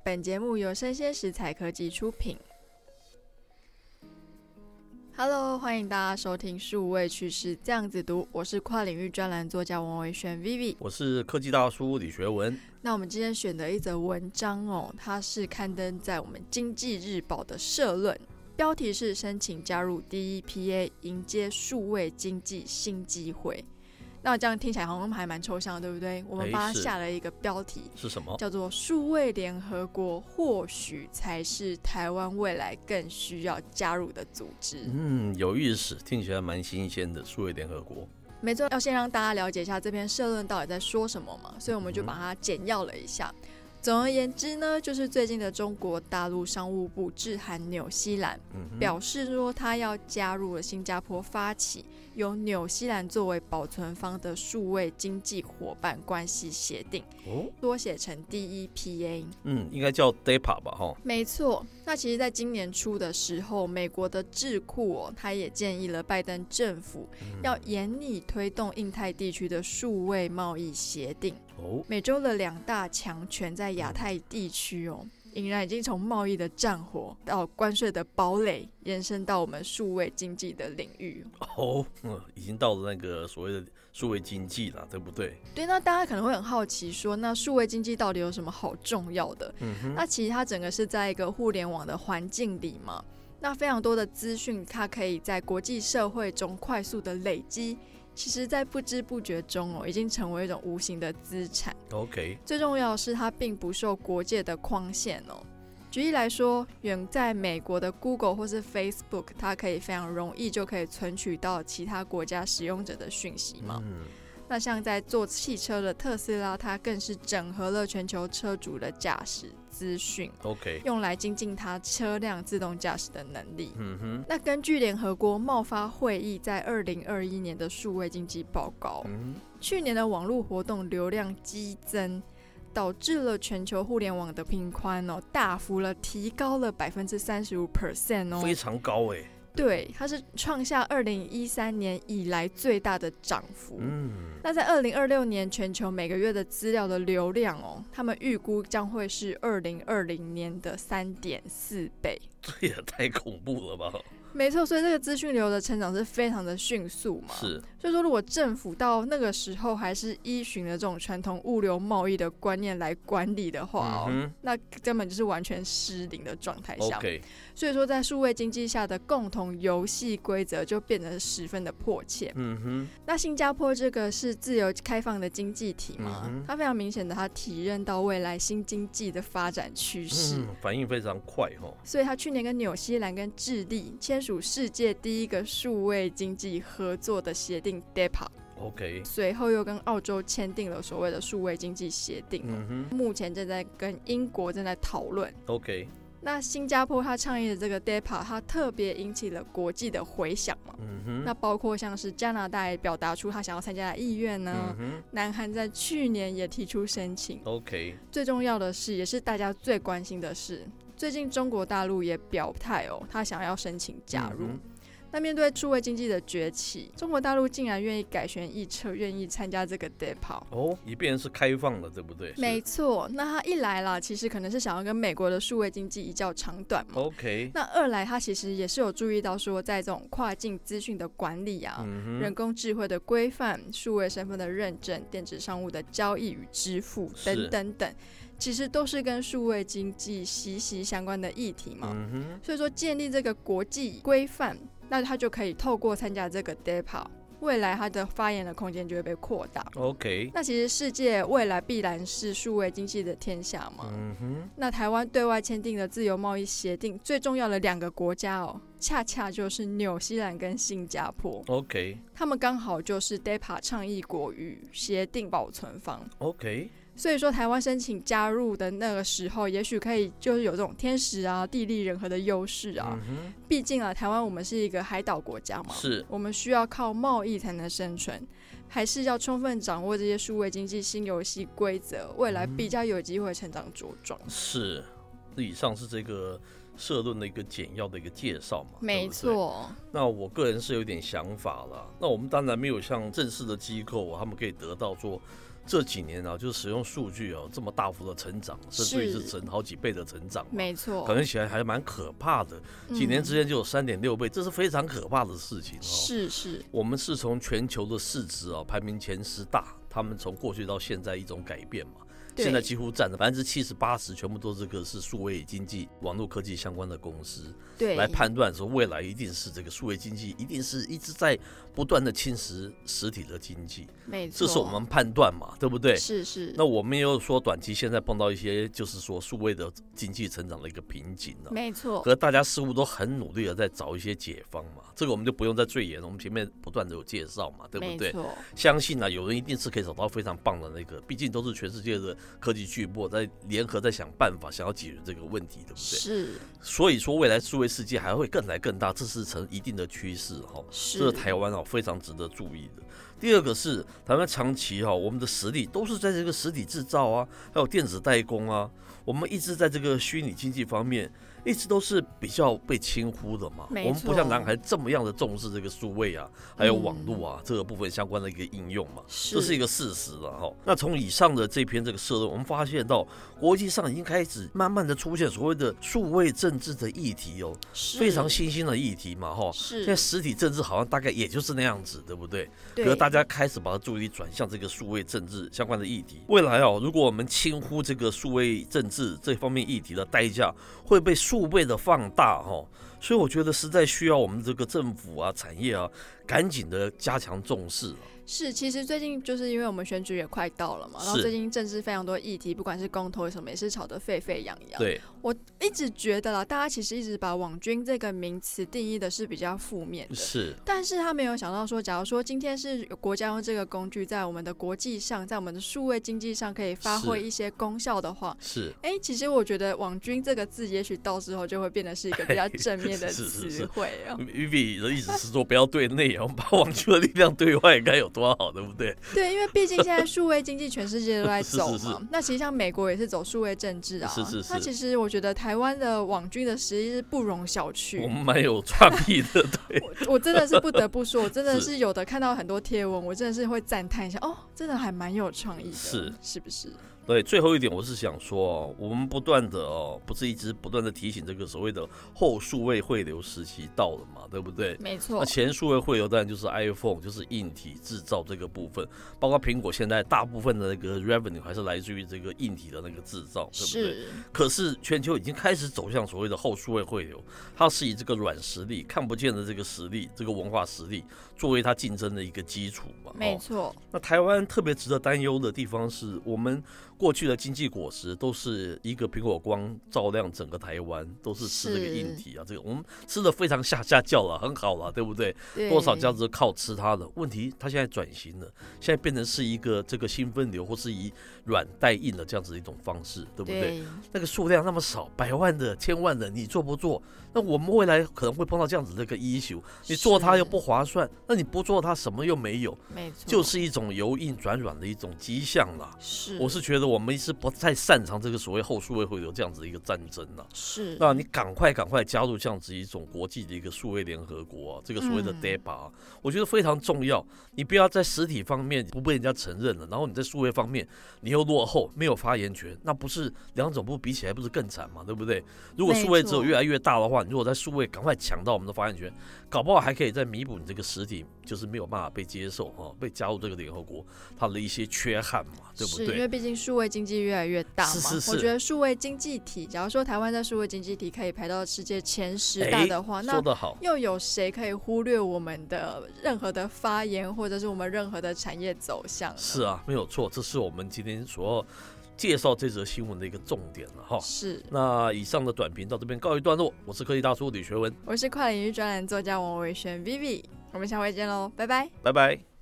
本节目由生鲜食材科技出品。Hello， 欢迎大家收听数位趋势这样子读，我是跨领域专栏作家王维轩 Vivi， 我是科技大叔李学文。 那我们今天选的一则文章它是刊登在我们经济日报的社论，标题是申请加入 DEPA 迎接数位经济新机会。那这样听起来好像还蛮抽象的，对不对？我们帮他下了一个标题， 是什么？ 叫做数位联合国或许才是台湾未来更需要加入的组织。 有意思，听起来蛮新鲜的。数位联合国， 没错，要先让大家了解一下这篇社论到底在说什么嘛，所以我们就把它简要了一下。总而言之呢，就是最近的中国大陆商务部致函纽西兰，表示说他要加入了新加坡发起由纽西兰作为保存方的数位经济伙伴关系协定，多写成 DEPA。 应该叫 DEPA 吧？ 没错。那其实在今年初的时候，美国的智库他也建议了拜登政府要严厉推动印太地区的数位贸易协定。美洲的两大强权在亚太地区俨然已经从贸易的战火到关税的堡垒延伸到我们数位经济的领域。 已经到了那个所谓的数位经济了，对不对？ 对，那大家可能会很好奇说，那数位经济到底有什么好重要的？那其实它整个是在一个互联网的环境里嘛，那非常多的资讯它可以在国际社会中快速的累积，其实在不知不觉中已经成为一种无形的资产。最重要的是它并不受国界的框限举例来说，远在美国的 Google 或是 Facebook， 它可以非常容易就可以存取到其他国家使用者的讯息嘛。那像在做汽车的特斯拉，它更是整合了全球车主的驾驶资讯，用来精进它车辆自动驾驶的能力。那根据联合国贸发会议在2021年的数位经济报告，去年的网络活动流量激增，导致了全球互联网的频宽大幅的提高了 35% 非常高耶。 对，它是创下2013年以来最大的涨幅。那在2026年，全球每个月的资料的流量他们预估将会是2020年的3.4倍。 这也太恐怖了吧！ 没错，所以这个资讯流的成长是非常的迅速嘛。 是， 所以说如果政府到那个时候还是依循了这种传统物流贸易的观念来管理的话那根本就是完全失灵的状态下。所以说在数位经济下的共同游戏规则就变得十分的迫切。那新加坡这个是自由开放的经济体嘛，它非常明显的它体认到未来新经济的发展趋势， 反应非常快所以它去年跟纽西兰跟智利签署世界第一个数位经济合作的协定 DEPA。随后又跟澳洲签订了所谓的数位经济协定目前正在跟英国正在讨论。那新加坡他倡议的这个 DEPA 它特别引起了国际的回响嘛。那包括像是加拿大也表达出他想要参加的意愿呢，南韩在去年也提出申请。最重要的是，也是大家最关心的是，最近中国大陆也表态他想要申请加入。那面对数位经济的崛起，中国大陆竟然愿意改弦易辙，愿意参加这个 DEPA 一变是开放了，对不对？ 没错，那他一来啦，其实可能是想要跟美国的数位经济一较长短嘛。那二来他其实也是有注意到说，在这种跨境资讯的管理人工智慧的规范、数位身份的认证、电子商务的交易与支付等等等，其实都是跟数位经济息息相关的议题嘛。所以说建立这个国际规范，那他就可以透过参加这个 DEPA， 未来他的发言的空间就会被扩大。那其实世界未来必然是数位经济的天下嘛。那台湾对外签订的自由贸易协定最重要的两个国家恰恰就是纽西兰跟新加坡。他们刚好就是 DEPA 倡议国与协定保存方。所以说台湾申请加入的那个时候，也许可以就是有这种天时地利人和的优势毕竟台湾我们是一个海岛国家嘛，我们需要靠贸易才能生存，还是要充分掌握这些数位经济新游戏规则，未来比较有机会成长茁壮。 以上是这个社论的一个简要的一个介绍嘛， 没错。 那我个人是有点想法啦，那我们当然没有像正式的机构他们可以得到说这几年啊，就是使用数据这么大幅的成长，甚至于是成好几倍的成长， 没错， 感觉起来还蛮可怕的。几年之间就有3.6倍，这是非常可怕的事情。 是， 我们是从全球的市值排名前10大，他们从过去到现在一种改变嘛。现在几乎占了70%-80%，全部都是数位经济、网络科技相关的公司， 对， 来判断说未来一定是这个数位经济一定是一直在不断的侵蚀实体的经济， 没错， 这是我们判断嘛，对不对？ 是。 那我们也有说短期现在碰到一些就是说数位的经济成长的一个瓶颈了， 没错。 可是大家似乎都很努力的在找一些解方嘛，这个我们就不用再赘言了，我们前面不断的有介绍嘛，对不对？ 没错。 相信有人一定是可以找到非常棒的那个，毕竟都是全世界的科技巨擘在联合在想办法，想要解决这个问题，对不对？ 是。 所以说未来数位世界还会更来更大，这是成一定的趋势哈。这是台湾非常值得注意的。第二个是台湾长期我们的实力都是在这个实体制造啊，还有电子代工啊，我们一直在这个虚拟经济方面一直都是比较被轻忽的嘛。我们不像南韩这么样的重视这个数位啊，还有网络啊，这个部分相关的一个应用嘛，这是一个事实了哈。那从以上的这篇这个社论，我们发现到国际上已经开始慢慢的出现所谓的数位政治的议题非常新兴的议题嘛哈。现在实体政治好像大概也就是那样子，对不对？可是大家开始把注意力转向这个数位政治相关的议题。未来如果我们轻忽这个数位政治这方面议题的代价，会被数倍的放大所以我觉得实在需要我们这个政府啊、产业啊，赶紧的加强重视。 是，其实最近就是因为我们选举也快到了嘛，然后最近政治非常多议题，不管是公投什么，也是吵得沸沸扬扬。 对， 我一直觉得啦，大家其实一直把网军这个名词定义的是比较负面的， 是， 但是他没有想到说，假如说今天是国家用这个工具在我们的国际上，在我们的数位经济上可以发挥一些功效的话， 是， 其实我觉得网军这个字，也许到时候就会变得是一个比较正面的词汇 Vivi 的意思是说，不要对内我们把网军的力量对外，该有多好，对不对？ 对，因为毕竟现在数位经济全世界都在走嘛，是那其实像美国也是走数位政治啊， 是。 那其实我觉得台湾的网军的实力是不容小觑， 我们蛮有创意的，对。 我真的是不得不说，我真的是有的看到很多贴文，我真的是会赞叹一下，真的还蛮有创意的，是不是？ 对，最后一点我是想说我们不断的不是一直不断的提醒这个所谓的后数位汇流时期到了嘛，对不对？ 没错。 那前数位汇流当然就是 iPhone， 就是硬体制造这个部分，包括苹果现在大部分的那个 revenue 还是来自于这个硬体的那个制造，对不对？是。可是全球已经开始走向所谓的后数位汇流，它是以这个软实力、看不见的这个实力、这个文化实力作为它竞争的一个基础嘛。 没错。 那台湾特别值得担忧的地方是我们过去的经济果实都是一个苹果光照亮整个台湾，都是吃这个硬体啊，这个我们吃的非常下叫了，很好了，对不对？多少家子靠吃它的。问题它现在转型了，现在变成是一个这个新分流或是以软带硬的这样子一种方式，对不对？那个数量那么少，百万的、千万的，你做不做？那我们未来可能会碰到这样子的一个 issue， 你做它又不划算，那你不做它什么又没有， 没错， 就是一种由硬转软的一种迹象啦。 是， 我是觉得我们是不太擅长这个所谓后数位汇流这样子的一个战争啦。 是， 那你赶快加入这样子一种国际的一个数位联合国这个所谓的 DEPA，我觉得非常重要。你不要在实体方面不被人家承认了，然后你在数位方面你又落后，没有发言权，那不是两种不比起来不是更惨吗？对不对？如果数位只有越来越大的话，你如果在数位赶快抢到我们的发言权，搞不好还可以再弥补你这个实体就是没有办法被接受被加入这个联合国它的一些缺憾嘛，对不对？ 是因为毕竟数位经济越来越大嘛， 是我觉得数位经济体，假如说台湾在数位经济体可以排到世界前10大的话，那又有谁可以忽略我们的任何的发言或者是我们任何的产业走向呢？ 是啊，没有错，这是我们今天所要介绍这则新闻的一个重点了哈。 是。 那以上的短评到这边告一段落，我是科技大叔李学文， 我是跨领域专栏作家王维轩 Vivi， 我们下回见喽，拜拜， 拜拜。